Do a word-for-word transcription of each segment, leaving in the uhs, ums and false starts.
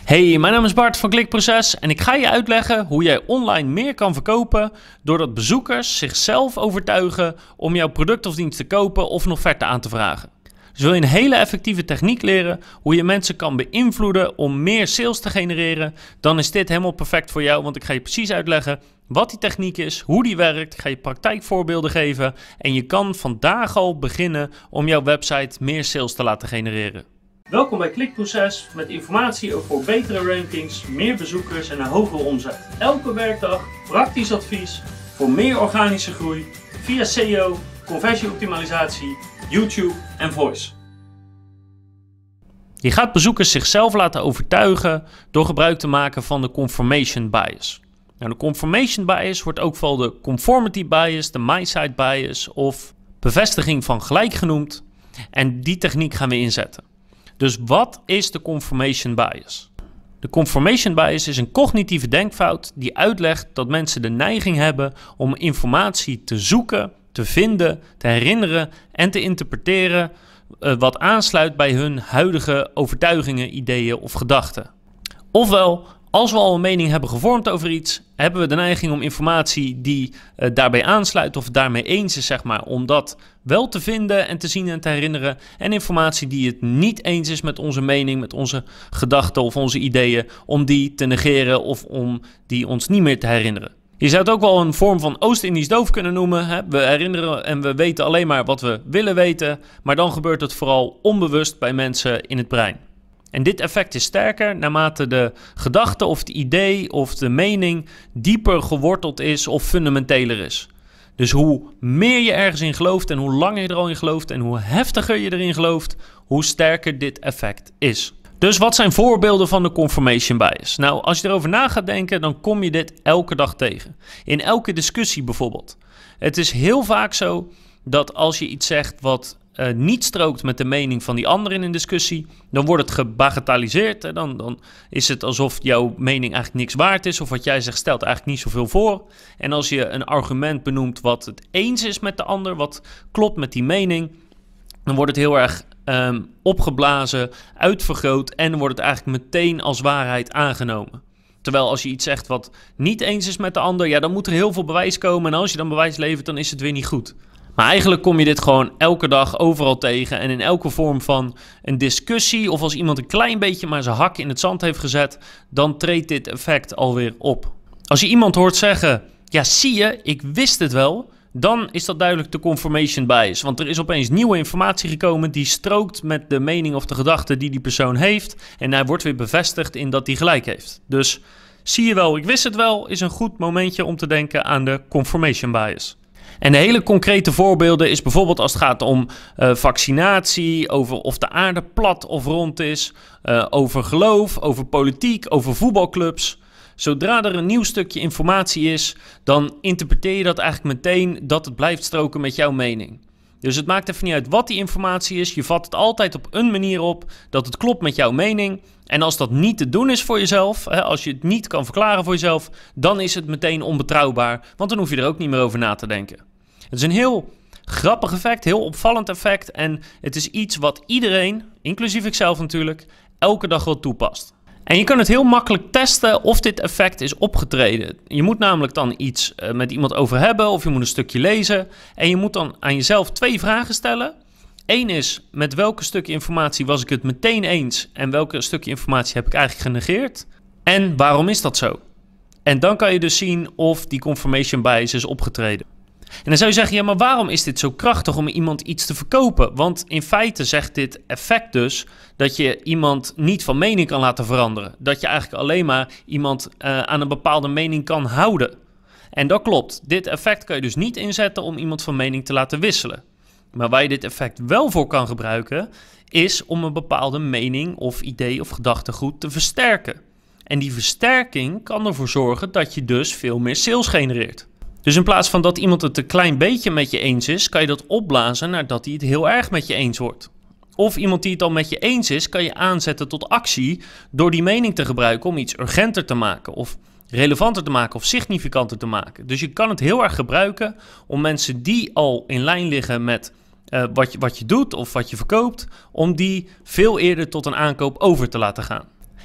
Hey, mijn naam is Bart van Klikproces en ik ga je uitleggen hoe jij online meer kan verkopen doordat bezoekers zichzelf overtuigen om jouw product of dienst te kopen of een offerte aan te vragen. Dus wil je een hele effectieve techniek leren hoe je mensen kan beïnvloeden om meer sales te genereren, dan is dit helemaal perfect voor jou, want ik ga je precies uitleggen wat die techniek is, hoe die werkt, ik ga je praktijkvoorbeelden geven en je kan vandaag al beginnen om jouw website meer sales te laten genereren. Welkom bij Klikproces met informatie over betere rankings, meer bezoekers en een hogere omzet. Elke werkdag praktisch advies voor meer organische groei via S E O, conversieoptimalisatie, YouTube en Voice. Je gaat bezoekers zichzelf laten overtuigen door gebruik te maken van de confirmation bias. Nou, de confirmation bias wordt ook wel de conformity bias, de my-side bias of bevestiging van gelijk genoemd. En die techniek gaan we inzetten. Dus wat is de confirmation bias? De confirmation bias is een cognitieve denkfout die uitlegt dat mensen de neiging hebben om informatie te zoeken, te vinden, te herinneren en te interpreteren uh, wat aansluit bij hun huidige overtuigingen, ideeën of gedachten. Ofwel, als we al een mening hebben gevormd over iets, hebben we de neiging om informatie die uh, daarbij aansluit of daarmee eens is, zeg maar, om dat wel te vinden en te zien en te herinneren. En informatie die het niet eens is met onze mening, met onze gedachten of onze ideeën, om die te negeren of om die ons niet meer te herinneren. Je zou het ook wel een vorm van Oost-Indisch doof kunnen noemen. Hè? We herinneren en we weten alleen maar wat we willen weten, maar dan gebeurt het vooral onbewust bij mensen in het brein. En dit effect is sterker naarmate de gedachte of het idee of de mening dieper geworteld is of fundamenteler is. Dus hoe meer je ergens in gelooft en hoe langer je er al in gelooft en hoe heftiger je erin gelooft, hoe sterker dit effect is. Dus wat zijn voorbeelden van de confirmation bias? Nou, als je erover na gaat denken, dan kom je dit elke dag tegen. In elke discussie bijvoorbeeld. Het is heel vaak zo dat als je iets zegt wat Uh, niet strookt met de mening van die ander in een discussie, dan wordt het gebagatelliseerd. Hè? Dan, dan is het alsof jouw mening eigenlijk niks waard is of wat jij zegt stelt eigenlijk niet zoveel voor. En als je een argument benoemt wat het eens is met de ander, wat klopt met die mening, dan wordt het heel erg um, opgeblazen, uitvergroot en dan wordt het eigenlijk meteen als waarheid aangenomen. Terwijl als je iets zegt wat niet eens is met de ander, ja, dan moet er heel veel bewijs komen en als je dan bewijs levert, dan is het weer niet goed. Maar eigenlijk kom je dit gewoon elke dag overal tegen en in elke vorm van een discussie of als iemand een klein beetje maar zijn hak in het zand heeft gezet, dan treedt dit effect alweer op. Als je iemand hoort zeggen, ja zie je, ik wist het wel, dan is dat duidelijk de confirmation bias. Want er is opeens nieuwe informatie gekomen die strookt met de mening of de gedachte die die persoon heeft en hij wordt weer bevestigd in dat hij gelijk heeft. Dus zie je wel, ik wist het wel, is een goed momentje om te denken aan de confirmation bias. En de hele concrete voorbeelden is bijvoorbeeld als het gaat om uh, vaccinatie, over of de aarde plat of rond is, uh, over geloof, over politiek, over voetbalclubs. Zodra er een nieuw stukje informatie is, dan interpreteer je dat eigenlijk meteen dat het blijft stroken met jouw mening. Dus het maakt even niet uit wat die informatie is, je vat het altijd op een manier op dat het klopt met jouw mening. En als dat niet te doen is voor jezelf, hè, als je het niet kan verklaren voor jezelf, dan is het meteen onbetrouwbaar, want dan hoef je er ook niet meer over na te denken. Het is een heel grappig effect, heel opvallend effect en het is iets wat iedereen, inclusief ikzelf natuurlijk, elke dag wel toepast. En je kan het heel makkelijk testen of dit effect is opgetreden. Je moet namelijk dan iets uh, met iemand over hebben of je moet een stukje lezen en je moet dan aan jezelf twee vragen stellen. Eén is, met welke stukje informatie was ik het meteen eens en welke stukje informatie heb ik eigenlijk genegeerd? En waarom is dat zo? En dan kan je dus zien of die confirmation bias is opgetreden. En dan zou je zeggen, ja, maar waarom is dit zo krachtig om iemand iets te verkopen? Want in feite zegt dit effect dus dat je iemand niet van mening kan laten veranderen. Dat je eigenlijk alleen maar iemand uh, aan een bepaalde mening kan houden. En dat klopt. Dit effect kan je dus niet inzetten om iemand van mening te laten wisselen. Maar waar je dit effect wel voor kan gebruiken, is om een bepaalde mening of idee of gedachtegoed te versterken. En die versterking kan ervoor zorgen dat je dus veel meer sales genereert. Dus in plaats van dat iemand het een klein beetje met je eens is, kan je dat opblazen naar dat hij het heel erg met je eens wordt. Of iemand die het al met je eens is, kan je aanzetten tot actie door die mening te gebruiken om iets urgenter te maken of relevanter te maken of significanter te maken. Dus je kan het heel erg gebruiken om mensen die al in lijn liggen met uh, wat, je, wat je doet of wat je verkoopt, om die veel eerder tot een aankoop over te laten gaan.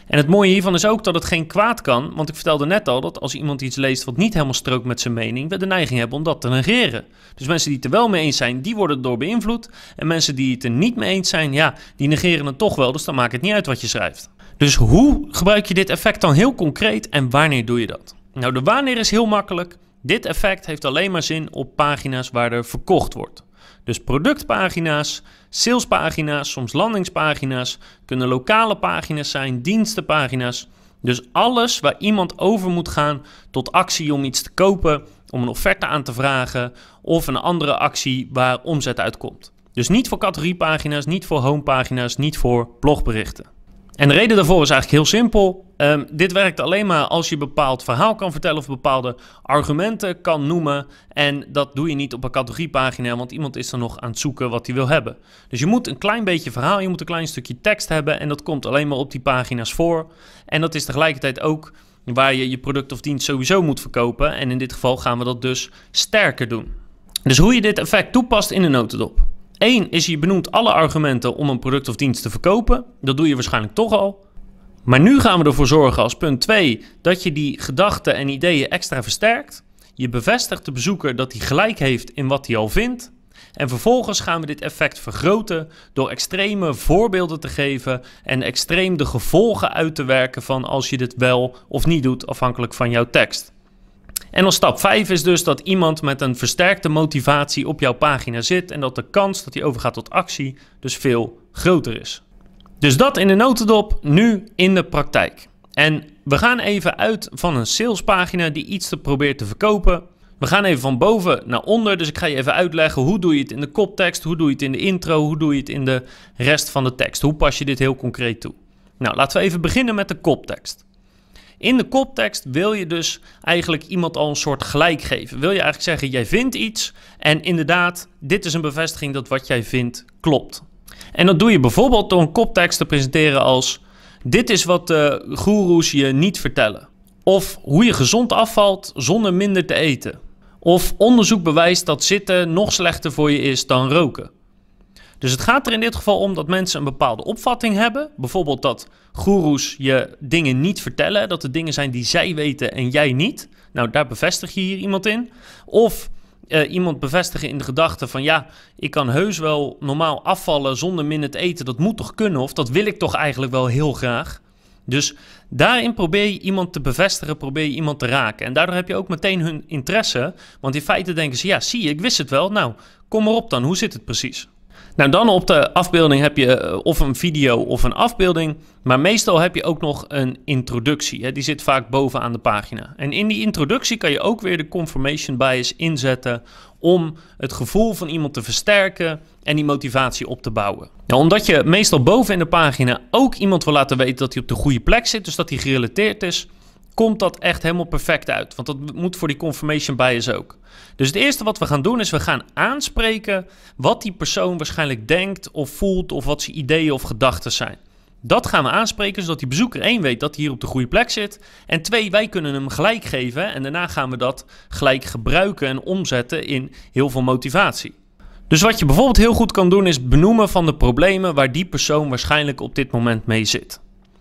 En het mooie hiervan is ook dat het geen kwaad kan, want ik vertelde net al dat als iemand iets leest wat niet helemaal strookt met zijn mening, we de neiging hebben om dat te negeren. Dus mensen die het er wel mee eens zijn, die worden erdoor beïnvloed. En mensen die het er niet mee eens zijn, ja, die negeren het toch wel, dus dan maakt het niet uit wat je schrijft. Dus hoe gebruik je dit effect dan heel concreet en wanneer doe je dat? Nou, de wanneer is heel makkelijk. Dit effect heeft alleen maar zin op pagina's waar er verkocht wordt. Dus productpagina's, salespagina's, soms landingspagina's, kunnen lokale pagina's zijn, dienstenpagina's. Dus alles waar iemand over moet gaan tot actie om iets te kopen, om een offerte aan te vragen of een andere actie waar omzet uitkomt. Dus niet voor categoriepagina's, niet voor homepagina's, niet voor blogberichten. En de reden daarvoor is eigenlijk heel simpel. Um, dit werkt alleen maar als je een bepaald verhaal kan vertellen of bepaalde argumenten kan noemen. En dat doe je niet op een categoriepagina, want iemand is er nog aan het zoeken wat hij wil hebben. Dus je moet een klein beetje verhaal, je moet een klein stukje tekst hebben en dat komt alleen maar op die pagina's voor. En dat is tegelijkertijd ook waar je je product of dienst sowieso moet verkopen. En in dit geval gaan we dat dus sterker doen. Dus hoe je dit effect toepast in een notendop. Eén is je benoemt alle argumenten om een product of dienst te verkopen. Dat doe je waarschijnlijk toch al. Maar nu gaan we ervoor zorgen als punt twee dat je die gedachten en ideeën extra versterkt. Je bevestigt de bezoeker dat hij gelijk heeft in wat hij al vindt. En vervolgens gaan we dit effect vergroten door extreme voorbeelden te geven en extreem de gevolgen uit te werken van als je dit wel of niet doet afhankelijk van jouw tekst. En dan stap vijf is dus dat iemand met een versterkte motivatie op jouw pagina zit en dat de kans dat hij overgaat tot actie dus veel groter is. Dus dat in de notendop, nu in de praktijk. En we gaan even uit van een salespagina die iets te probeert te verkopen. We gaan even van boven naar onder, dus ik ga je even uitleggen hoe doe je het in de koptekst, hoe doe je het in de intro, hoe doe je het in de rest van de tekst. Hoe pas je dit heel concreet toe? Nou, laten we even beginnen met de koptekst. In de koptekst wil je dus eigenlijk iemand al een soort gelijk geven. Wil je eigenlijk zeggen, jij vindt iets en inderdaad, dit is een bevestiging dat wat jij vindt klopt. En dat doe je bijvoorbeeld door een koptekst te presenteren als: dit is wat de goeroes je niet vertellen. Of hoe je gezond afvalt zonder minder te eten. Of onderzoek bewijst dat zitten nog slechter voor je is dan roken. Dus het gaat er in dit geval om dat mensen een bepaalde opvatting hebben. Bijvoorbeeld dat goeroes je dingen niet vertellen. Dat er dingen zijn die zij weten en jij niet. Nou, daar bevestig je hier iemand in. Of uh, iemand bevestigen in de gedachte van: ja, ik kan heus wel normaal afvallen zonder minder te eten. Dat moet toch kunnen, of dat wil ik toch eigenlijk wel heel graag. Dus daarin probeer je iemand te bevestigen, probeer je iemand te raken. En daardoor heb je ook meteen hun interesse. Want in feite denken ze: ja, zie je, ik wist het wel. Nou, kom maar op dan, hoe zit het precies? Nou, dan op de afbeelding heb je of een video of een afbeelding. Maar meestal heb je ook nog een introductie. Hè? Die zit vaak bovenaan de pagina. En in die introductie kan je ook weer de confirmation bias inzetten om het gevoel van iemand te versterken en die motivatie op te bouwen. Nou, omdat je meestal boven in de pagina ook iemand wil laten weten dat hij op de goede plek zit, dus dat hij gerelateerd is, komt dat echt helemaal perfect uit. Want dat moet voor die confirmation bias ook. Dus het eerste wat we gaan doen is we gaan aanspreken wat die persoon waarschijnlijk denkt of voelt of wat zijn ideeën of gedachten zijn. Dat gaan we aanspreken zodat die bezoeker één weet dat hij hier op de goede plek zit. En twee, wij kunnen hem gelijk geven en daarna gaan we dat gelijk gebruiken en omzetten in heel veel motivatie. Dus wat je bijvoorbeeld heel goed kan doen is benoemen van de problemen waar die persoon waarschijnlijk op dit moment mee zit.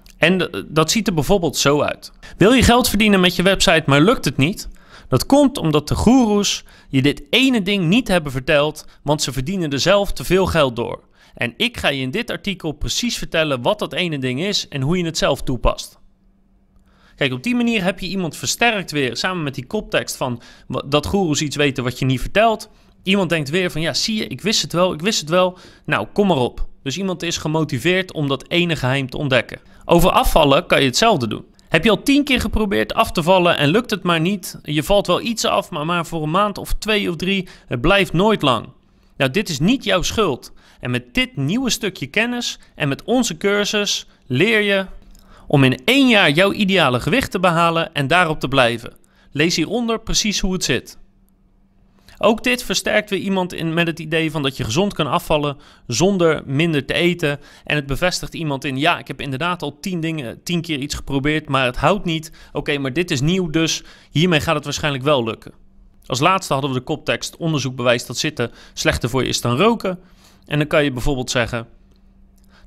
En dat ziet er bijvoorbeeld zo uit. Wil je geld verdienen met je website, maar lukt het niet? Dat komt omdat de goeroes je dit ene ding niet hebben verteld, want ze verdienen er zelf te veel geld door. En ik ga je in dit artikel precies vertellen wat dat ene ding is en hoe je het zelf toepast. Kijk, op die manier heb je iemand versterkt weer, samen met die koptekst van dat goeroes iets weten wat je niet vertelt. Iemand denkt weer van: ja, zie je, ik wist het wel, ik wist het wel. Nou, kom maar op. Dus iemand is gemotiveerd om dat ene geheim te ontdekken. Over afvallen kan je hetzelfde doen. Heb je al tien keer geprobeerd af te vallen en lukt het maar niet? Je valt wel iets af, maar maar voor een maand of twee of drie. Het blijft nooit lang. Nou, dit is niet jouw schuld. En met dit nieuwe stukje kennis en met onze cursus leer je om in één jaar jouw ideale gewicht te behalen en daarop te blijven. Lees hieronder precies hoe het zit. Ook dit versterkt weer iemand in met het idee van dat je gezond kan afvallen zonder minder te eten. En het bevestigt iemand in: ja, ik heb inderdaad al tien, dingen, tien keer iets geprobeerd, maar het houdt niet. Oké, okay, maar dit is nieuw, dus hiermee gaat het waarschijnlijk wel lukken. Als laatste hadden we de koptekst: onderzoek bewijst dat zitten slechter voor je is dan roken. En dan kan je bijvoorbeeld zeggen: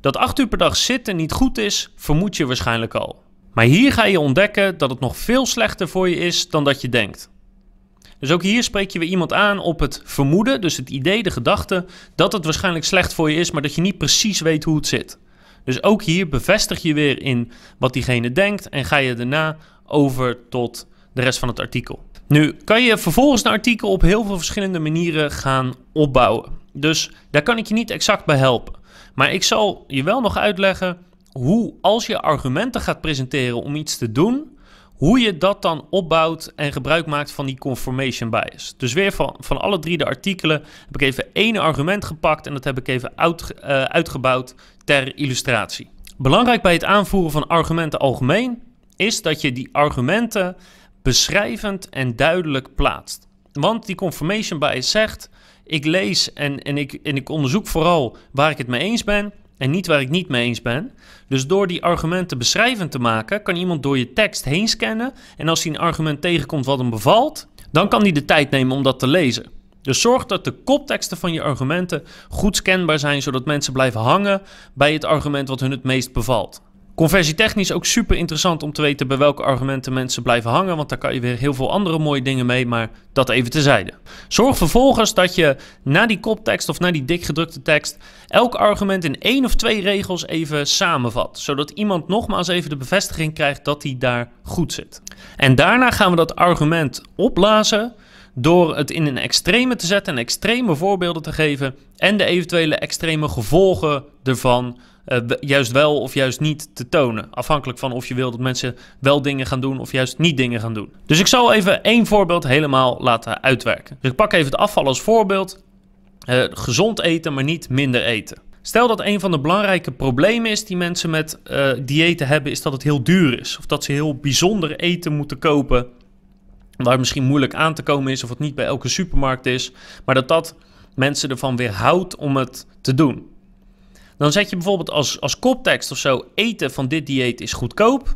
Dat acht uur per dag zitten niet goed is, vermoed je waarschijnlijk al. Maar hier ga je ontdekken dat het nog veel slechter voor je is dan dat je denkt. Dus ook hier spreek je weer iemand aan op het vermoeden, dus het idee, de gedachte, dat het waarschijnlijk slecht voor je is, maar dat je niet precies weet hoe het zit. Dus ook hier bevestig je weer in wat diegene denkt en ga je daarna over tot de rest van het artikel. Nu kan je vervolgens een artikel op heel veel verschillende manieren gaan opbouwen. Dus daar kan ik je niet exact bij helpen. Maar ik zal je wel nog uitleggen hoe, als je argumenten gaat presenteren om iets te doen, hoe je dat dan opbouwt en gebruik maakt van die confirmation bias. Dus weer van, van alle drie de artikelen heb ik even één argument gepakt en dat heb ik even uit, uh, uitgebouwd ter illustratie. Belangrijk bij het aanvoeren van argumenten algemeen is dat je die argumenten beschrijvend en duidelijk plaatst. Want die confirmation bias zegt, ik lees en, en, ik, en ik onderzoek vooral waar ik het mee eens ben en niet waar ik niet mee eens ben. Dus door die argumenten beschrijvend te maken, kan iemand door je tekst heen scannen. En als hij een argument tegenkomt wat hem bevalt, dan kan hij de tijd nemen om dat te lezen. Dus zorg dat de kopteksten van je argumenten goed scanbaar zijn, zodat mensen blijven hangen bij het argument wat hun het meest bevalt. Conversietechnisch ook super interessant om te weten bij welke argumenten mensen blijven hangen, want daar kan je weer heel veel andere mooie dingen mee, maar dat even terzijde. Zorg vervolgens dat je na die koptekst of na die dik gedrukte tekst elk argument in één of twee regels even samenvat, zodat iemand nogmaals even de bevestiging krijgt dat hij daar goed zit. En daarna gaan we dat argument opblazen door het in een extreme te zetten en extreme voorbeelden te geven en de eventuele extreme gevolgen ervan Uh, juist wel of juist niet te tonen. Afhankelijk van of je wil dat mensen wel dingen gaan doen of juist niet dingen gaan doen. Dus ik zal even één voorbeeld helemaal laten uitwerken. Dus ik pak even het afval als voorbeeld. Uh, gezond eten, maar niet minder eten. Stel dat een van de belangrijke problemen is die mensen met uh, diëten hebben, is dat het heel duur is. Of dat ze heel bijzonder eten moeten kopen, waar misschien moeilijk aan te komen is of het niet bij elke supermarkt is. Maar dat dat mensen ervan weerhoudt om het te doen. Dan zet je bijvoorbeeld als, als koptekst of zo, eten van dit dieet is goedkoop.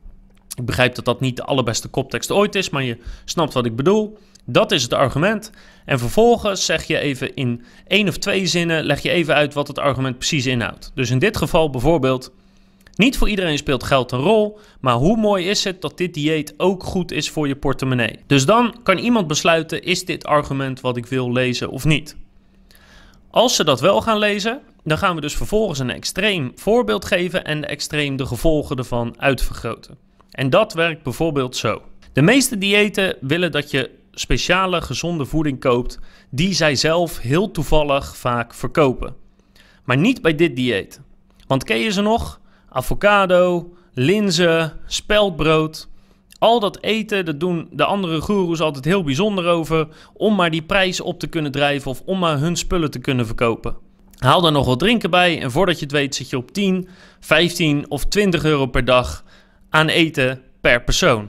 Ik begrijp dat dat niet de allerbeste koptekst ooit is, maar je snapt wat ik bedoel. Dat is het argument. En vervolgens zeg je even in één of twee zinnen, leg je even uit wat het argument precies inhoudt. Dus in dit geval bijvoorbeeld, niet voor iedereen speelt geld een rol, maar hoe mooi is het dat dit dieet ook goed is voor je portemonnee. Dus dan kan iemand besluiten, is dit argument wat ik wil lezen of niet? Als ze dat wel gaan lezen, dan gaan we dus vervolgens een extreem voorbeeld geven en de extreem de gevolgen ervan uitvergroten. En dat werkt bijvoorbeeld zo. De meeste diëten willen dat je speciale gezonde voeding koopt die zij zelf heel toevallig vaak verkopen. Maar niet bij dit dieet. Want ken je ze nog? Avocado, linzen, speldbrood. Al dat eten, dat doen de andere goeroes altijd heel bijzonder over om maar die prijs op te kunnen drijven of om maar hun spullen te kunnen verkopen. Haal daar nog wat drinken bij en voordat je het weet zit je op tien, vijftien of twintig euro per dag aan eten per persoon.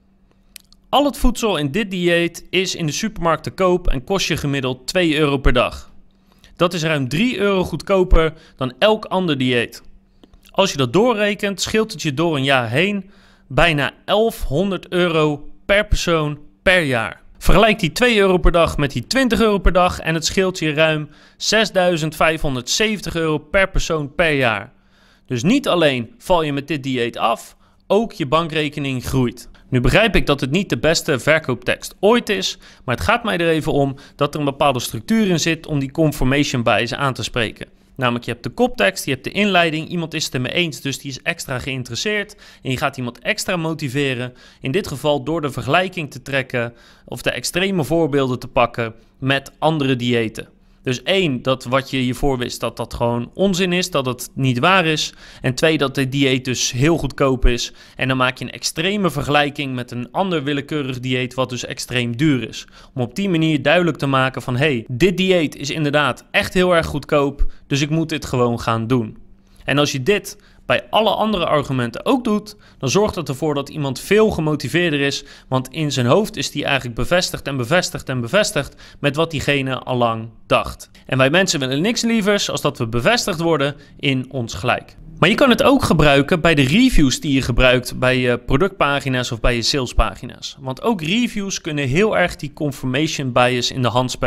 Al het voedsel in dit dieet is in de supermarkt te koop en kost je gemiddeld twee euro per dag. Dat is ruim drie euro goedkoper dan elk ander dieet. Als je dat doorrekent, scheelt het je door een jaar heen bijna elfhonderd euro per persoon per jaar. Vergelijk die twee euro per dag met die twintig euro per dag en het scheelt je ruim zesduizend vijfhonderdzeventig euro per persoon per jaar. Dus niet alleen val je met dit dieet af, ook je bankrekening groeit. Nu begrijp ik dat het niet de beste verkooptekst ooit is, maar het gaat mij er even om dat er een bepaalde structuur in zit om die confirmation bias aan te spreken. Namelijk, je hebt de koptekst, je hebt de inleiding, iemand is het ermee eens, dus die is extra geïnteresseerd. En je gaat iemand extra motiveren, in dit geval door de vergelijking te trekken of de extreme voorbeelden te pakken met andere diëten. Dus één, dat wat je hiervoor wist, dat dat gewoon onzin is, dat het niet waar is. En twee, dat dit dieet dus heel goedkoop is. En dan maak je een extreme vergelijking met een ander willekeurig dieet wat dus extreem duur is. Om op die manier duidelijk te maken van, hé, hey, dit dieet is inderdaad echt heel erg goedkoop, dus ik moet dit gewoon gaan doen. En als je dit bij alle andere argumenten ook doet, dan zorgt het ervoor dat iemand veel gemotiveerder is, want in zijn hoofd is die eigenlijk bevestigd en bevestigd en bevestigd met wat diegene al lang dacht. En wij mensen willen niks lievers als dat we bevestigd worden in ons gelijk. Maar je kan het ook gebruiken bij de reviews die je gebruikt bij je productpagina's of bij je salespagina's. Want ook reviews kunnen heel erg die confirmation bias in de hand spelen.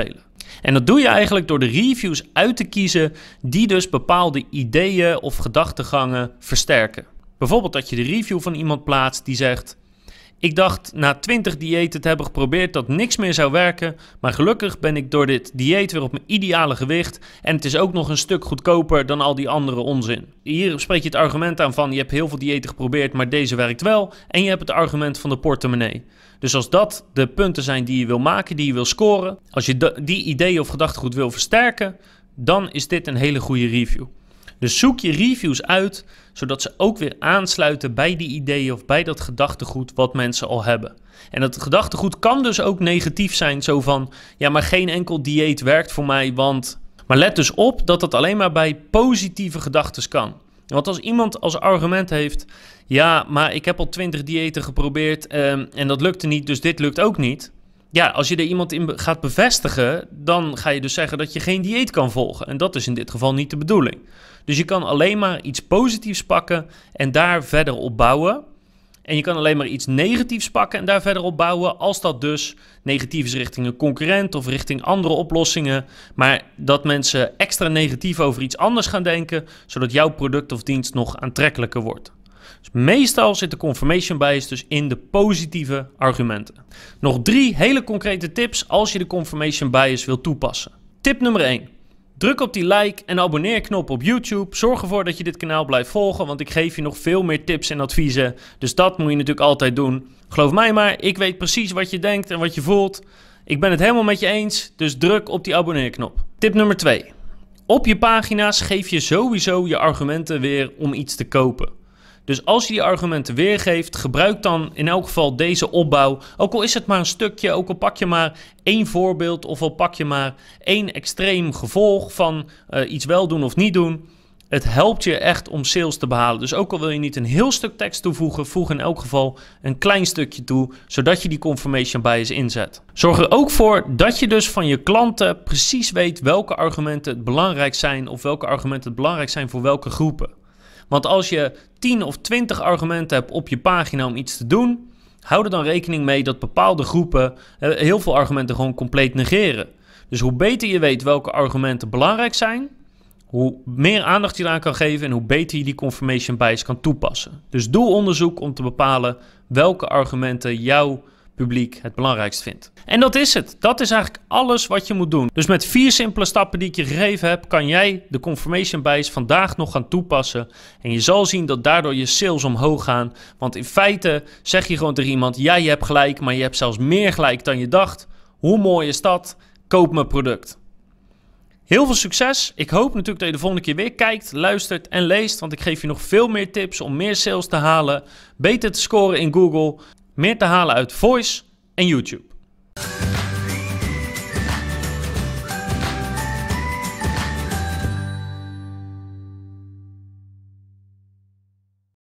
En dat doe je eigenlijk door de reviews uit te kiezen die dus bepaalde ideeën of gedachtegangen versterken. Bijvoorbeeld dat je de review van iemand plaatst die zegt: ik dacht na twintig diëten te hebben geprobeerd dat niks meer zou werken, maar gelukkig ben ik door dit dieet weer op mijn ideale gewicht en het is ook nog een stuk goedkoper dan al die andere onzin. Hier spreek je het argument aan van je hebt heel veel diëten geprobeerd, maar deze werkt wel, en je hebt het argument van de portemonnee. Dus als dat de punten zijn die je wil maken, die je wil scoren, als je die ideeën of gedachtegoed wil versterken, dan is dit een hele goede review. Dus zoek je reviews uit, zodat ze ook weer aansluiten bij die ideeën of bij dat gedachtegoed wat mensen al hebben. En dat gedachtegoed kan dus ook negatief zijn, zo van, ja, maar geen enkel dieet werkt voor mij, want... Maar let dus op dat dat alleen maar bij positieve gedachten kan. Want als iemand als argument heeft, ja, maar ik heb al twintig diëten geprobeerd um, en dat lukte niet, dus dit lukt ook niet. Ja, als je er iemand in gaat bevestigen, dan ga je dus zeggen dat je geen dieet kan volgen. En dat is in dit geval niet de bedoeling. Dus je kan alleen maar iets positiefs pakken en daar verder op bouwen. En je kan alleen maar iets negatiefs pakken en daar verder op bouwen, als dat dus negatief is richting een concurrent of richting andere oplossingen. Maar dat mensen extra negatief over iets anders gaan denken, zodat jouw product of dienst nog aantrekkelijker wordt. Dus meestal zit de confirmation bias dus in de positieve argumenten. Nog drie hele concrete tips als je de confirmation bias wilt toepassen. Tip nummer één. Druk op die like en abonneer knop op YouTube. Zorg ervoor dat je dit kanaal blijft volgen, want ik geef je nog veel meer tips en adviezen. Dus dat moet je natuurlijk altijd doen. Geloof mij maar, ik weet precies wat je denkt en wat je voelt. Ik ben het helemaal met je eens, dus druk op die abonneerknop. Tip nummer twee. Op je pagina's geef je sowieso je argumenten weer om iets te kopen. Dus als je die argumenten weergeeft, gebruik dan in elk geval deze opbouw. Ook al is het maar een stukje, ook al pak je maar één voorbeeld of al pak je maar één extreem gevolg van uh, iets wel doen of niet doen. Het helpt je echt om sales te behalen. Dus ook al wil je niet een heel stuk tekst toevoegen, voeg in elk geval een klein stukje toe, zodat je die confirmation bias inzet. Zorg er ook voor dat je dus van je klanten precies weet welke argumenten het belangrijk zijn of welke argumenten het belangrijk zijn voor welke groepen. Want als je tien of twintig argumenten hebt op je pagina om iets te doen, hou er dan rekening mee dat bepaalde groepen heel veel argumenten gewoon compleet negeren. Dus hoe beter je weet welke argumenten belangrijk zijn, hoe meer aandacht je eraan kan geven en hoe beter je die confirmation bias kan toepassen. Dus doe onderzoek om te bepalen welke argumenten jouw publiek het belangrijkst vindt. En dat is het. Dat is eigenlijk alles wat je moet doen. Dus met vier simpele stappen die ik je gegeven heb, kan jij de confirmation bias vandaag nog gaan toepassen. En je zal zien dat daardoor je sales omhoog gaan. Want in feite zeg je gewoon tegen iemand, ja, je hebt gelijk, maar je hebt zelfs meer gelijk dan je dacht. Hoe mooi is dat? Koop mijn product. Heel veel succes. Ik hoop natuurlijk dat je de volgende keer weer kijkt, luistert en leest. Want ik geef je nog veel meer tips om meer sales te halen, beter te scoren in Google, meer te halen uit Voice en YouTube.